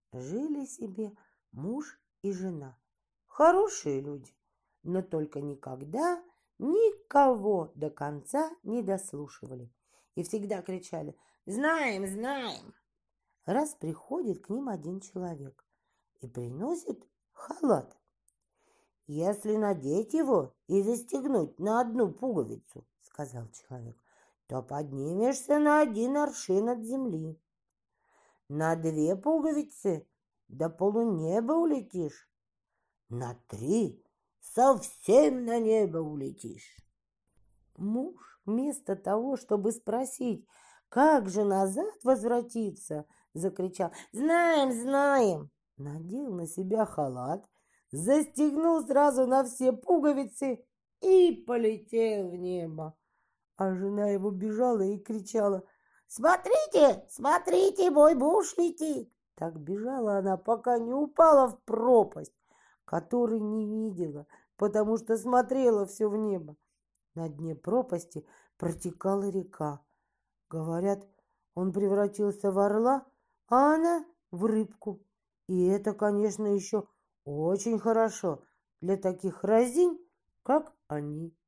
Жили себе муж и жена. Хорошие люди, но только никогда никого до конца не дослушивали. И всегда кричали: «Знаем, знаем!» Раз приходит к ним один человек и приносит халат. «Если надеть его и застегнуть на одну пуговицу, — сказал человек, — то поднимешься на 1 аршин от земли. На 2 пуговицы до полунеба улетишь, на 3 совсем на небо улетишь». Муж вместо того, чтобы спросить, как же назад возвратиться, закричал: «Знаем, знаем!» Надел на себя халат, застегнул сразу на все пуговицы и полетел в небо. А жена его бежала и кричала: «Смотрите, смотрите, мой муж летит!» Так бежала она, пока не упала в пропасть, которой не видела, потому что смотрела все в небо. На дне пропасти протекала река. Говорят, он превратился в орла, а она в рыбку. И это, конечно, еще очень хорошо для таких разинь, как они.